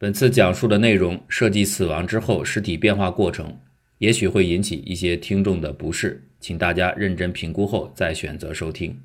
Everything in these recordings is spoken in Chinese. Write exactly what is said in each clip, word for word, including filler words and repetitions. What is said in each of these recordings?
本次讲述的内容涉及死亡之后尸体变化过程，也许会引起一些听众的不适，请大家认真评估后再选择收听。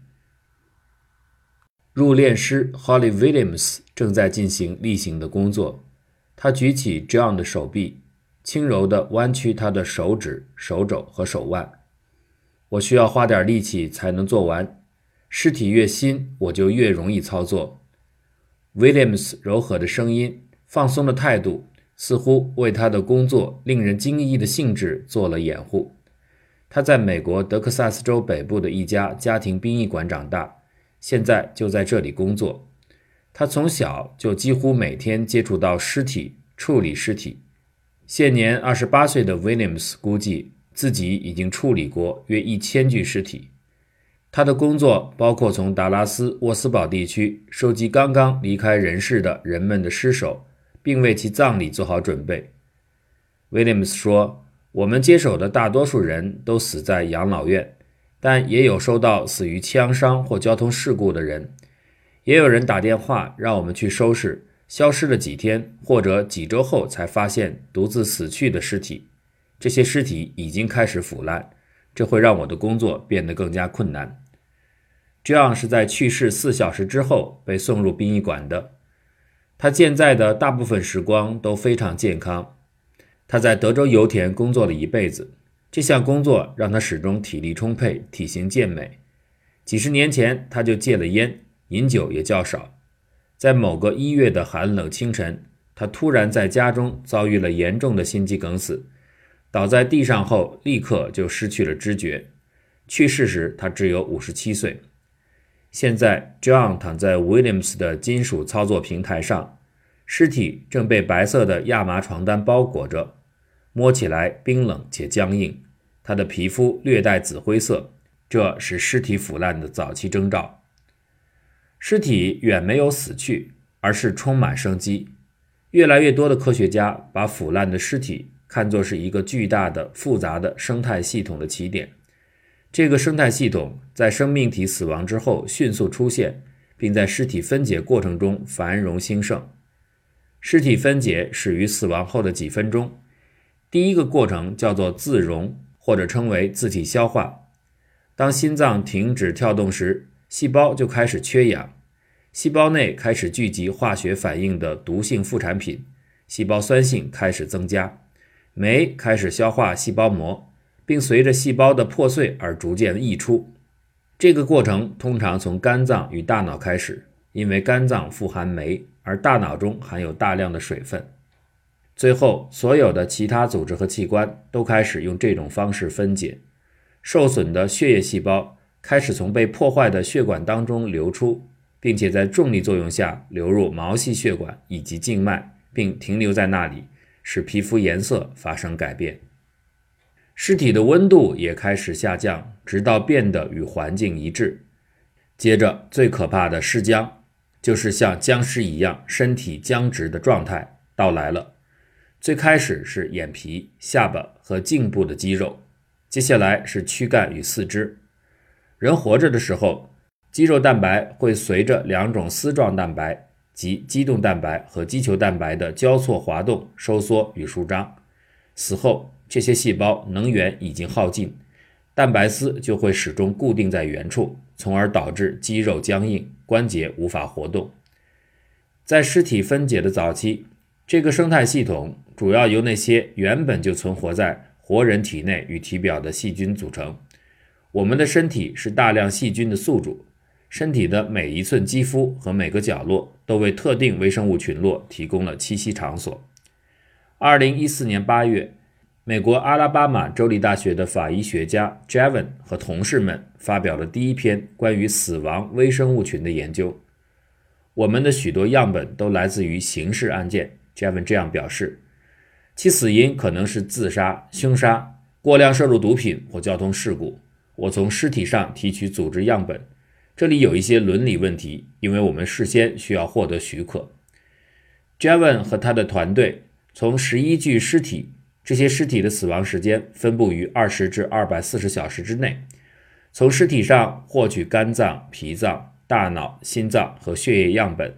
入殓师 Holly Williams 正在进行例行的工作，他举起 John 的手臂，轻柔地弯曲他的手指、手肘和手腕。我需要花点力气才能做完，尸体越新，我就越容易操作。Williams 柔和的声音，放松的态度，似乎为他的工作令人惊异的性质做了掩护。他在美国德克萨斯州北部的一家家庭殡仪馆长大，现在就在这里工作。他从小就几乎每天接触到尸体，处理尸体。现年二十八岁的 Williams 估计自己已经处理过约一千具尸体。他的工作包括从达拉斯沃斯堡地区收集刚刚离开人世的人们的尸首，并为其葬礼做好准备。Williams 说，我们接手的大多数人都死在养老院，但也有收到死于枪伤或交通事故的人，也有人打电话让我们去收拾消失了几天或者几周后才发现独自死去的尸体。这些尸体已经开始腐烂，这会让我的工作变得更加困难。John 是在去世四小时之后被送入殡仪馆的。他健在的大部分时光都非常健康。他在德州油田工作了一辈子，这项工作让他始终体力充沛，体型健美。几十年前他就戒了烟，饮酒也较少。在某个一月的寒冷清晨，他突然在家中遭遇了严重的心肌梗死，倒在地上后立刻就失去了知觉。去世时他只有五十七岁。现在 John 躺在 Williams 的金属操作平台上，尸体正被白色的亚麻床单包裹着，摸起来冰冷且僵硬，他的皮肤略带紫灰色，这是尸体腐烂的早期征兆。尸体远没有死去，而是充满生机。越来越多的科学家把腐烂的尸体看作是一个巨大的复杂的生态系统的起点。这个生态系统在生命体死亡之后迅速出现，并在尸体分解过程中繁荣兴盛。尸体分解始于死亡后的几分钟，第一个过程叫做自溶，或者称为自体消化。当心脏停止跳动时，细胞就开始缺氧，细胞内开始聚集化学反应的毒性副产品，细胞酸性开始增加，酶开始消化细胞膜，并随着细胞的破碎而逐渐溢出。这个过程通常从肝脏与大脑开始，因为肝脏富含酶，而大脑中含有大量的水分。最后，所有的其他组织和器官都开始用这种方式分解。受损的血液细胞开始从被破坏的血管当中流出，并且在重力作用下流入毛细血管以及静脉，并停留在那里，使皮肤颜色发生改变。尸体的温度也开始下降，直到变得与环境一致。接着，最可怕的尸僵，就是像僵尸一样身体僵直的状态到来了。最开始是眼皮、下巴和颈部的肌肉，接下来是躯干与四肢。人活着的时候，肌肉蛋白会随着两种丝状蛋白，即肌动蛋白和肌球蛋白的交错滑动、收缩与舒张。死后，这些细胞能源已经耗尽，蛋白丝就会始终固定在原处，从而导致肌肉僵硬，关节无法活动。在尸体分解的早期，这个生态系统主要由那些原本就存活在活人体内与体表的细菌组成。我们的身体是大量细菌的宿主，身体的每一寸肌肤和每个角落都为特定微生物群落提供了栖息场所。二零一四年八月，美国阿拉巴马州立大学的法医学家 Javin 和同事们发表了第一篇关于死亡微生物群的研究。我们的许多样本都来自于刑事案件， Javin 这样表示，其死因可能是自杀、凶杀、过量摄入毒品或交通事故。我从尸体上提取组织样本，这里有一些伦理问题，因为我们事先需要获得许可。Javin 和他的团队从十一具尸体，这些尸体的死亡时间分布于二十至二百四十小时之内，从尸体上获取肝脏、脾脏、大脑、心脏和血液样本，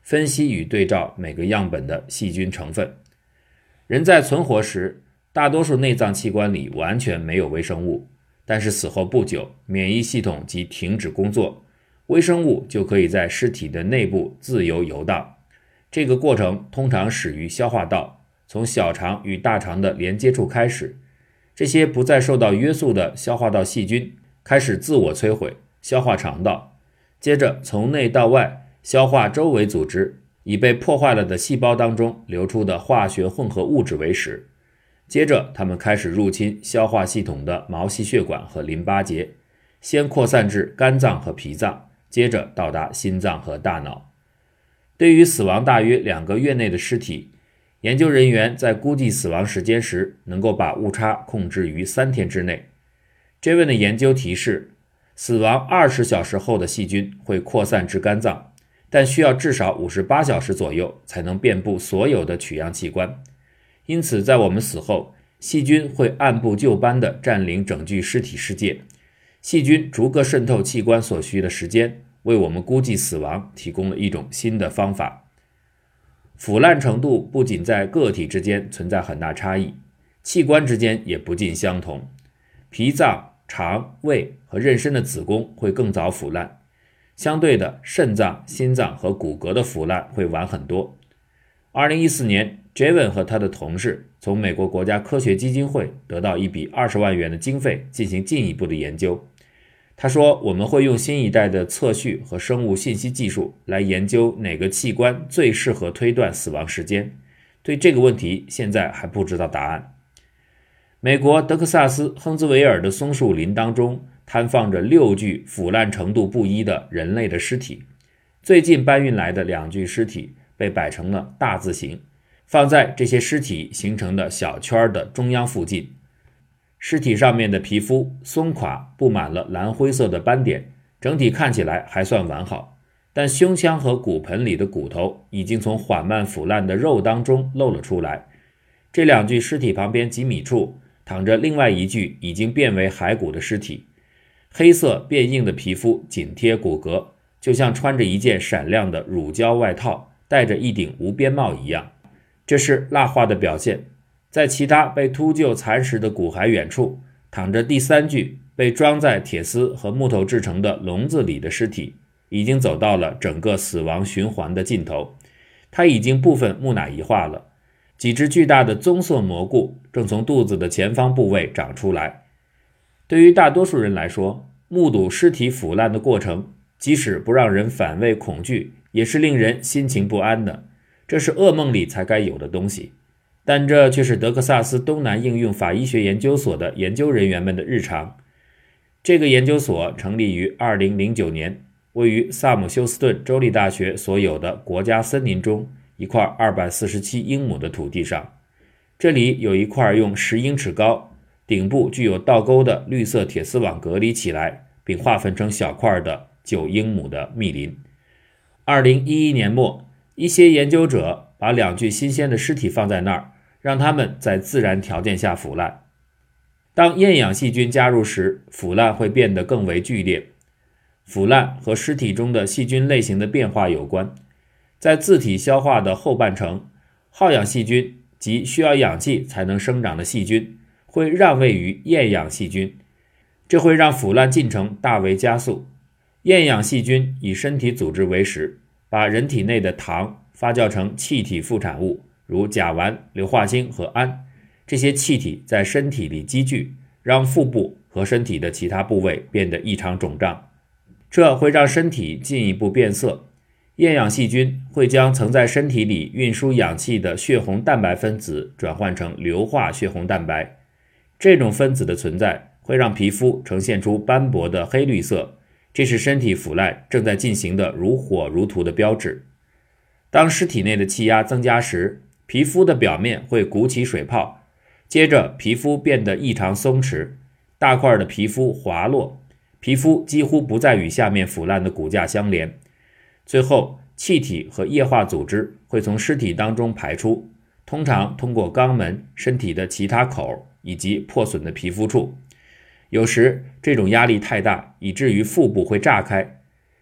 分析与对照每个样本的细菌成分。人在存活时，大多数内脏器官里完全没有微生物，但是死后不久，免疫系统即停止工作，微生物就可以在尸体的内部自由游荡。这个过程通常始于消化道，从小肠与大肠的连接处开始。这些不再受到约束的消化道细菌开始自我摧毁，消化肠道，接着从内到外消化周围组织，以被破坏了的细胞当中流出的化学混合物质为食。接着它们开始入侵消化系统的毛细血管和淋巴结，先扩散至肝脏和脾脏，接着到达心脏和大脑。对于死亡大约两个月内的尸体，研究人员在估计死亡时间时能够把误差控制于三天之内。这份的研究提示，死亡二十小时后的细菌会扩散至肝脏，但需要至少五十八小时左右才能遍布所有的取样器官。因此在我们死后，细菌会按部就班地占领整具尸体世界。细菌逐个渗透器官所需的时间，为我们估计死亡提供了一种新的方法。腐烂程度不仅在个体之间存在很大差异，器官之间也不尽相同。脾脏、肠、胃和妊娠的子宫会更早腐烂，相对的，肾脏、心脏和骨骼的腐烂会晚很多。二零一四年 Javen 和他的同事从美国国家科学基金会得到一笔二十万元的经费进行进一步的研究。他说，我们会用新一代的测序和生物信息技术来研究哪个器官最适合推断死亡时间。对这个问题现在还不知道答案。美国德克萨斯亨兹维尔的松树林当中摊放着六具腐烂程度不一的人类的尸体，最近搬运来的两具尸体被摆成了大字形，放在这些尸体形成的小圈的中央附近。尸体上面的皮肤松垮，布满了蓝灰色的斑点，整体看起来还算完好，但胸腔和骨盆里的骨头已经从缓慢腐烂的肉当中露了出来。这两具尸体旁边几米处躺着另外一具已经变为骸骨的尸体，黑色变硬的皮肤紧贴骨骼，就像穿着一件闪亮的乳胶外套，戴着一顶无边帽一样。这是蜡化的表现。在其他被秃鹫蚕食的骨骸远处，躺着第三具被装在铁丝和木头制成的笼子里的尸体，已经走到了整个死亡循环的尽头。它已经部分木乃伊化了，几只巨大的棕色蘑菇正从肚子的前方部位长出来。对于大多数人来说，目睹尸体腐烂的过程，即使不让人反胃恐惧，也是令人心情不安的。这是噩梦里才该有的东西。但这却是德克萨斯东南应用法医学研究所的研究人员们的日常。这个研究所成立于二零零九年，位于萨姆休斯顿州立大学所有的国家森林中一块二百四十七英亩的土地上。这里有一块用十英尺高、顶部具有倒钩的绿色铁丝网隔离起来，并划分成小块的九英亩的密林。二零一一年末，一些研究者把两具新鲜的尸体放在那儿，让它们在自然条件下腐烂。当厌氧细菌加入时，腐烂会变得更为剧烈。腐烂和尸体中的细菌类型的变化有关。在自体消化的后半程，好氧细菌及需要氧气才能生长的细菌会让位于厌氧细菌，这会让腐烂进程大为加速。厌氧细菌以身体组织为食，把人体内的糖发酵成气体副产物，如甲烷、硫化氢和氨。这些气体在身体里积聚，让腹部和身体的其他部位变得异常肿胀，这会让身体进一步变色。厌氧细菌会将曾在身体里运输氧气的血红蛋白分子转换成硫化血红蛋白，这种分子的存在会让皮肤呈现出斑驳的黑绿色，这是身体腐烂正在进行的如火如荼的标志。当尸体内的气压增加时，皮肤的表面会鼓起水泡，接着皮肤变得异常松弛，大块的皮肤滑落，皮肤几乎不再与下面腐烂的骨架相连。最后，气体和液化组织会从尸体当中排出，通常通过肛门、身体的其他口以及破损的皮肤处。有时这种压力太大，以至于腹部会炸开，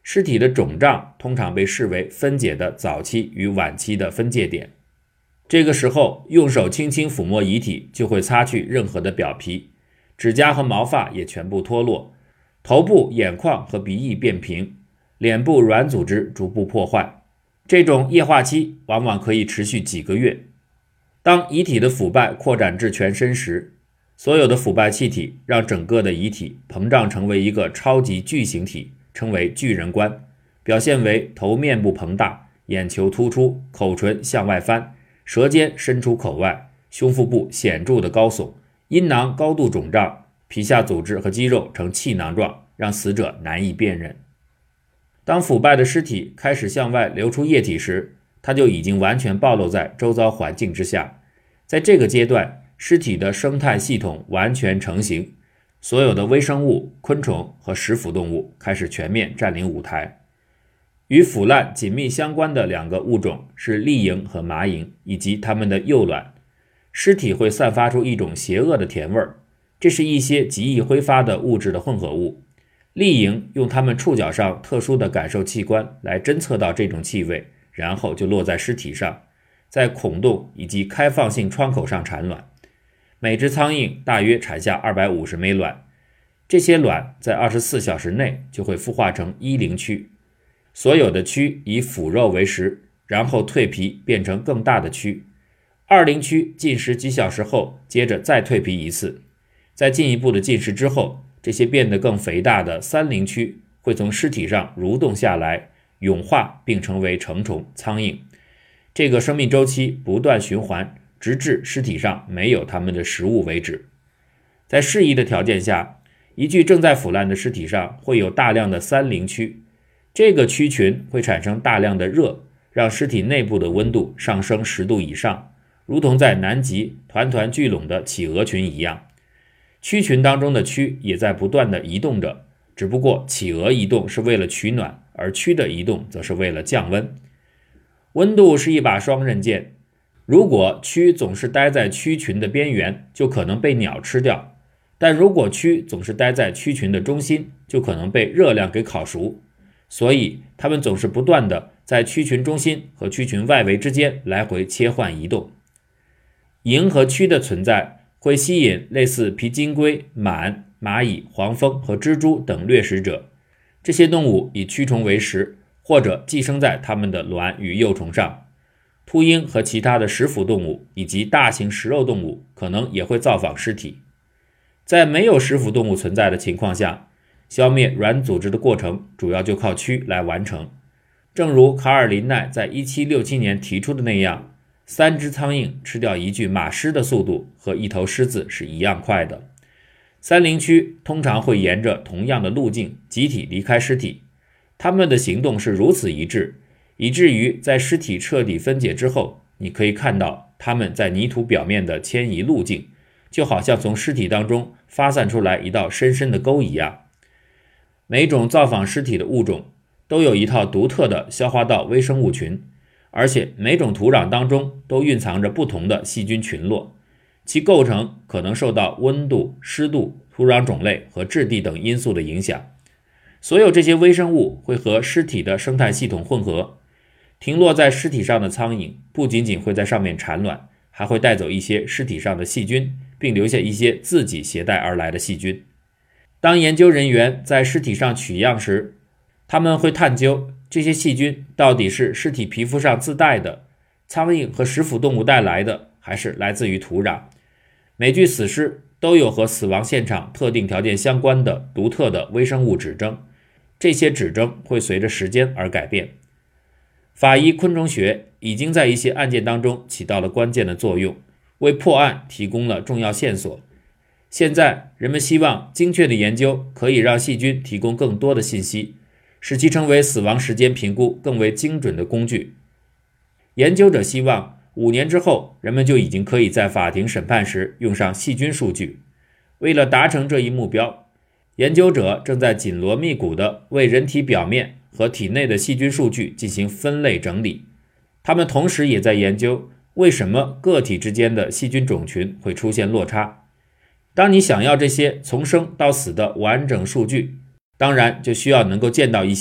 尸体的肿胀通常被视为分解的早期与晚期的分界点。这个时候，用手轻轻抚摸遗体就会擦去任何的表皮，指甲和毛发也全部脱落，头部、眼眶和鼻翼变平，脸部软组织逐步破坏。这种液化期往往可以持续几个月。当遗体的腐败扩展至全身时，所有的腐败气体让整个的遗体膨胀成为一个超级巨型体，称为巨人观，表现为头面部膨大，眼球突出，口唇向外翻，舌尖伸出口外，胸腹部显著的高耸，阴囊高度肿胀，皮下组织和肌肉呈气囊状，让死者难以辨认。当腐败的尸体开始向外流出液体时，它就已经完全暴露在周遭环境之下。在这个阶段，尸体的生态系统完全成型，所有的微生物、昆虫和食腐动物开始全面占领舞台。与腐烂紧密相关的两个物种是丽蝇和麻蝇以及它们的幼卵。尸体会散发出一种邪恶的甜味儿，这是一些极易挥发的物质的混合物。丽蝇用它们触角上特殊的感受器官来侦测到这种气味，然后就落在尸体上，在孔洞以及开放性窗口上产卵。每只苍蝇大约产下二百五十枚卵，这些卵在二十四小时内就会孵化成一龄蛆。所有的蛆以腐肉为食，然后蜕皮变成更大的蛆。二龄蛆进食几小时后，接着再蜕皮一次。在进一步的进食之后，这些变得更肥大的三龄蛆会从尸体上蠕动下来，蛹化并成为成虫苍蝇。这个生命周期不断循环，直至尸体上没有它们的食物为止。在适宜的条件下，一具正在腐烂的尸体上会有大量的三龄蛆，这个蛆群会产生大量的热，让尸体内部的温度上升十度以上，如同在南极团团聚拢的企鹅群一样。蛆群当中的蛆也在不断的移动着，只不过企鹅移动是为了取暖，而蛆的移动则是为了降温。温度是一把双刃剑，如果蛆总是待在蛆群的边缘，就可能被鸟吃掉，但如果蛆总是待在蛆群的中心，就可能被热量给烤熟。所以它们总是不断的在蛆群中心和蛆群外围之间来回切换移动。蝇和蛆的存在会吸引类似皮金龟、螨、蚂蚁、黄蜂和蜘蛛等掠食者，这些动物以蛆虫为食，或者寄生在它们的卵与幼虫上。秃鹰和其他的食腐动物以及大型食肉动物可能也会造访尸体。在没有食腐动物存在的情况下，消灭软组织的过程主要就靠蛆来完成。正如卡尔林奈在一七六七年提出的那样，三只苍蝇吃掉一具马狮的速度和一头狮子是一样快的。三龄蛆通常会沿着同样的路径集体离开尸体，它们的行动是如此一致，以至于在尸体彻底分解之后，你可以看到它们在泥土表面的迁移路径，就好像从尸体当中发散出来一道深深的沟一样。每种造访尸体的物种都有一套独特的消化道微生物群，而且每种土壤当中都蕴藏着不同的细菌群落，其构成可能受到温度、湿度、土壤种类和质地等因素的影响。所有这些微生物会和尸体的生态系统混合，停落在尸体上的苍蝇不仅仅会在上面产卵，还会带走一些尸体上的细菌，并留下一些自己携带而来的细菌。当研究人员在尸体上取样时，他们会探究这些细菌到底是尸体皮肤上自带的，苍蝇和食腐动物带来的，还是来自于土壤。每具死尸都有和死亡现场特定条件相关的独特的微生物指征，这些指征会随着时间而改变。法医昆虫学已经在一些案件当中起到了关键的作用，为破案提供了重要线索。现在人们希望精确的研究可以让细菌提供更多的信息，使其成为死亡时间评估更为精准的工具。研究者希望五年之后，人们就已经可以在法庭审判时用上细菌数据。为了达成这一目标，研究者正在紧锣密鼓地为人体表面和体内的细菌数据进行分类整理。他们同时也在研究为什么个体之间的细菌种群会出现落差。当你想要这些从生到死的完整数据，当然就需要能够见到一些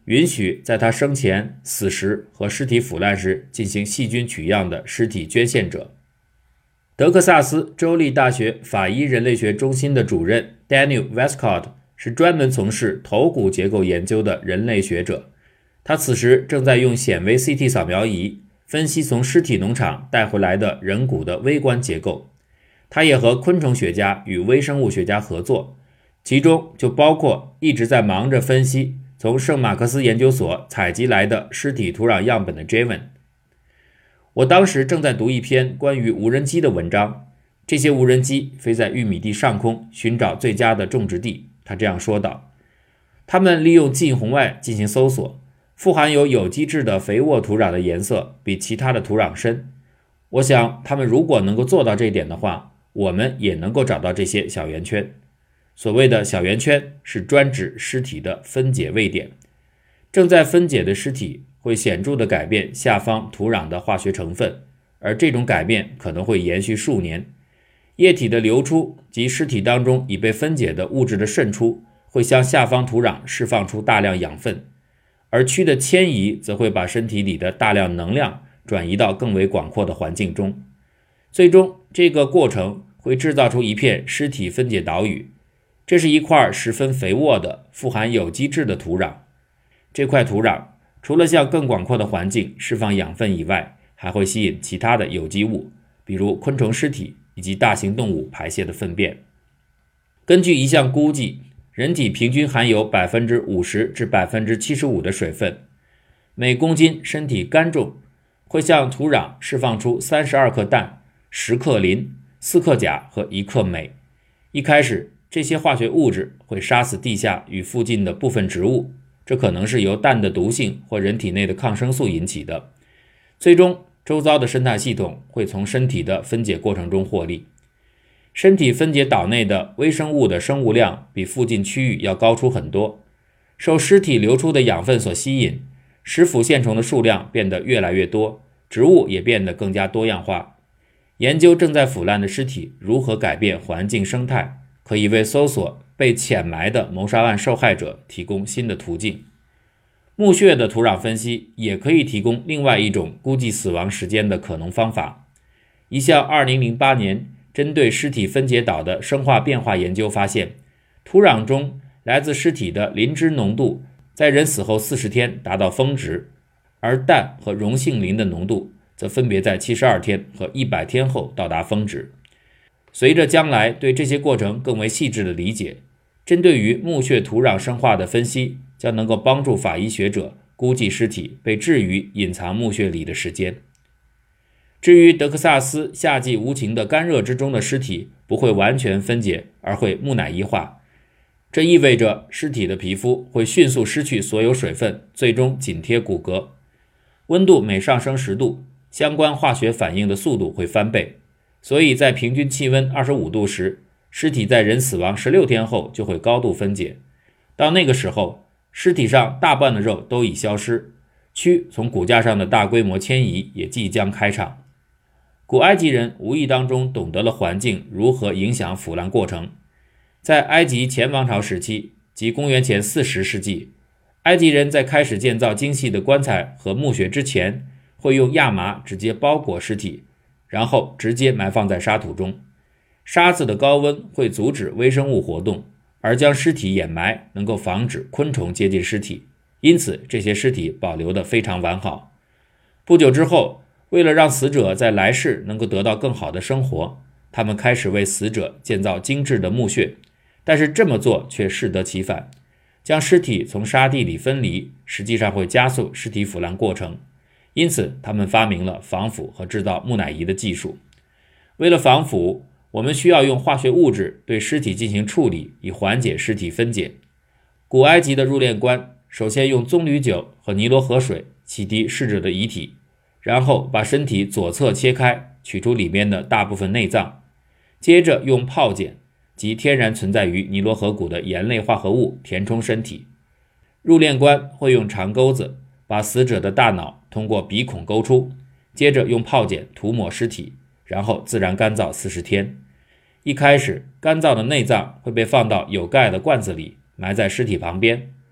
允许在他生前、死时和尸体腐烂时进行细菌取样的尸体捐献者。德克萨斯州立大学法医人类学中心的主任 Daniel Westcott 是专门从事头骨结构研究的人类学者，他此时正在用显微 C T 扫描仪分析从尸体农场带回来的人骨的微观结构。他也和昆虫学家与微生物学家合作，其中就包括一直在忙着分析从圣马克思研究所采集来的尸体土壤样本的 Javon。我当时正在读一篇关于无人机的文章，这些无人机飞在玉米地上空寻找最佳的种植地。他这样说道，他们利用近红外进行搜索，富含有有机质的肥沃土壤的颜色比其他的土壤深。我想他们如果能够做到这一点的话，我们也能够找到这些小圆圈。所谓的小圆圈是专指尸体的分解位点，正在分解的尸体会显著地改变下方土壤的化学成分，而这种改变可能会延续数年。液体的流出及尸体当中已被分解的物质的渗出会向下方土壤释放出大量养分，而蛆的迁移则会把身体里的大量能量转移到更为广阔的环境中。最终这个过程会制造出一片尸体分解岛屿，这是一块十分肥沃的富含有机质的土壤。这块土壤除了向更广阔的环境释放养分以外，还会吸引其他的有机物，比如昆虫尸体以及大型动物排泄的粪便。根据一项估计，人体平均含有 百分之五十 至 百分之七十五 的水分，每公斤身体干重会向土壤释放出三十二克氮、十克磷、四克钾和一克镁。一开始这些化学物质会杀死地下与附近的部分植物，这可能是由氮的毒性或人体内的抗生素引起的。最终周遭的生态系统会从身体的分解过程中获利。身体分解岛内的微生物的生物量比附近区域要高出很多，受尸体流出的养分所吸引，使腐线虫的数量变得越来越多，植物也变得更加多样化。研究正在腐烂的尸体如何改变环境生态，可以为搜索被潜埋的谋杀案受害者提供新的途径。墓穴的土壤分析也可以提供另外一种估计死亡时间的可能方法。一项二零零八年针对尸体分解岛的生化变化研究发现，土壤中来自尸体的磷脂浓度在人死后四十天达到峰值，而氮和溶性磷的浓度则分别在七十二天和一百天后到达峰值。随着将来对这些过程更为细致的理解，针对于墓穴土壤生化的分析将能够帮助法医学者估计尸体被置于隐藏墓穴里的时间。至于德克萨斯夏季无情的干热之中的尸体不会完全分解，而会木乃伊化，这意味着尸体的皮肤会迅速失去所有水分，最终紧贴骨骼。温度每上升十度，相关化学反应的速度会翻倍，所以在平均气温二十五度时，尸体在人死亡十六天后就会高度分解。到那个时候，尸体上大半的肉都已消失，蛆从骨架上的大规模迁移也即将开场。古埃及人无意当中懂得了环境如何影响腐烂过程。在埃及前王朝时期，即公元前四十世纪，埃及人在开始建造精细的棺材和墓穴之前，会用亚麻直接包裹尸体，然后直接埋放在沙土中。沙子的高温会阻止微生物活动，而将尸体掩埋能够防止昆虫接近尸体，因此这些尸体保留得非常完好。不久之后，为了让死者在来世能够得到更好的生活，他们开始为死者建造精致的墓穴，但是这么做却适得其反。将尸体从沙地里分离，实际上会加速尸体腐烂过程，因此他们发明了防腐和制造木乃伊的技术。为了防腐，我们需要用化学物质对尸体进行处理，以缓解尸体分解。古埃及的入殓官首先用棕榈酒和尼罗河水洗涤逝者的遗体，然后把身体左侧切开，取出里面的大部分内脏，接着用泡碱及天然存在于尼罗河谷的盐类化合物填充身体。入殓官会用长钩子把死者的大脑通过鼻孔勾出，接着用泡碱涂抹尸体，然后自然干燥四十天。一开始，干燥的内脏会被放到有盖的罐子里，埋在尸体旁边。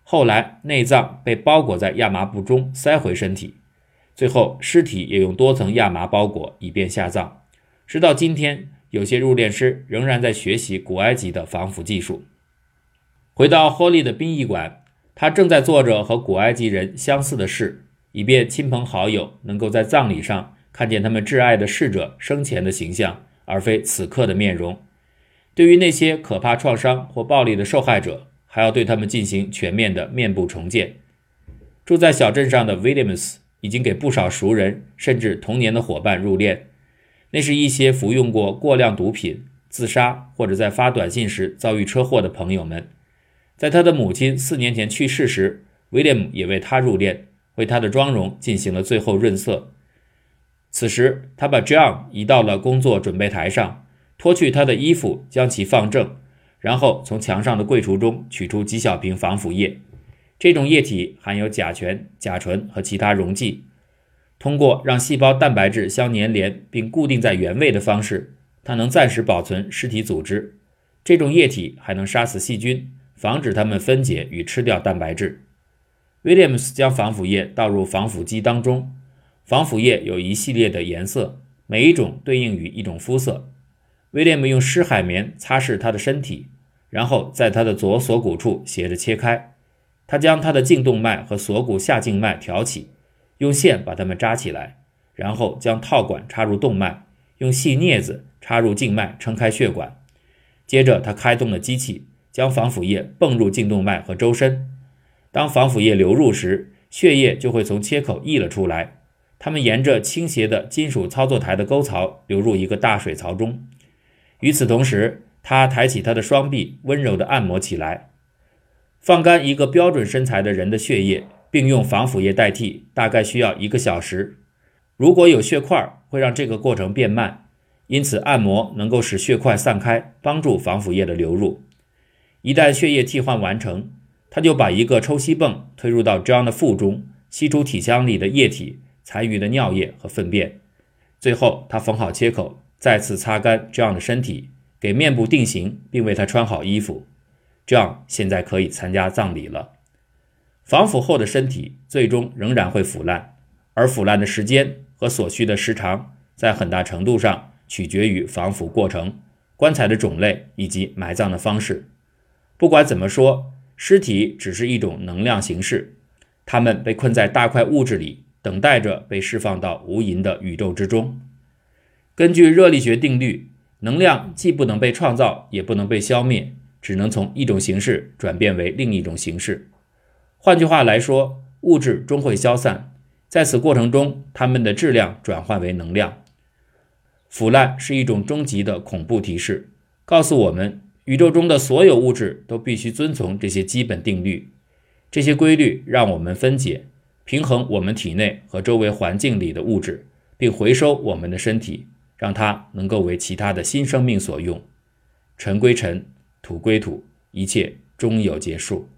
后来内脏被包裹在亚麻布中塞回身体，最后尸体也用多层亚麻包裹以便下葬。直到今天，有些入殓师仍然在学习古埃及的防腐技术。回到霍利的殡仪馆，他正在做着和古埃及人相似的事，以便亲朋好友能够在葬礼上看见他们挚爱的逝者生前的形象，而非此刻的面容。对于那些可怕创伤或暴力的受害者，还要对他们进行全面的面部重建。住在小镇上的 Williams 已经给不少熟人甚至童年的伙伴入殓，那是一些服用过过量毒品、自杀或者在发短信时遭遇车祸的朋友们。在他的母亲四年前去世时，威廉姆也为他入殓，为他的妆容进行了最后润色。此时他把 John 移到了工作准备台上，脱去他的衣服，将其放正，然后从墙上的柜橱中取出几小瓶防腐液。这种液体含有甲醛、甲醇和其他溶剂。通过让细胞蛋白质相粘连并固定在原位的方式，它能暂时保存尸体组织。这种液体还能杀死细菌，防止它们分解与吃掉蛋白质。威廉姆斯将防腐液倒入防腐机当中，防腐液有一系列的颜色，每一种对应于一种肤色。威廉姆用湿海绵擦拭他的身体，然后在他的左锁骨处斜着切开。他将他的颈动脉和锁骨下静脉挑起，用线把它们扎起来，然后将套管插入动脉，用细镊子插入静脉撑开血管。接着他开动了机器，将防腐液泵入颈动脉和周身。当防腐液流入时，血液就会从切口溢了出来，它们沿着倾斜的金属操作台的沟槽流入一个大水槽中。与此同时，他抬起他的双臂，温柔地按摩起来。放干一个标准身材的人的血液，并用防腐液代替，大概需要一个小时。如果有血块，会让这个过程变慢，因此按摩能够使血块散开，帮助防腐液的流入。一旦血液替换完成，他就把一个抽吸泵推入到 John 的腹中，吸出体腔里的液体、残余的尿液和粪便。最后他缝好切口，再次擦干 John 的身体，给面部定型，并为他穿好衣服。John 现在可以参加葬礼了。防腐后的身体最终仍然会腐烂，而腐烂的时间和所需的时长在很大程度上取决于防腐过程、棺材的种类以及埋葬的方式。不管怎么说，尸体只是一种能量形式，它们被困在大块物质里，等待着被释放到无垠的宇宙之中。根据热力学定律，能量既不能被创造，也不能被消灭，只能从一种形式转变为另一种形式。换句话来说，物质终会消散，在此过程中，它们的质量转换为能量。腐烂是一种终极的恐怖提示，告诉我们宇宙中的所有物质都必须遵从这些基本定律。这些规律让我们分解、平衡我们体内和周围环境里的物质，并回收我们的身体，让它能够为其他的新生命所用。尘归尘，土归土，一切终有结束。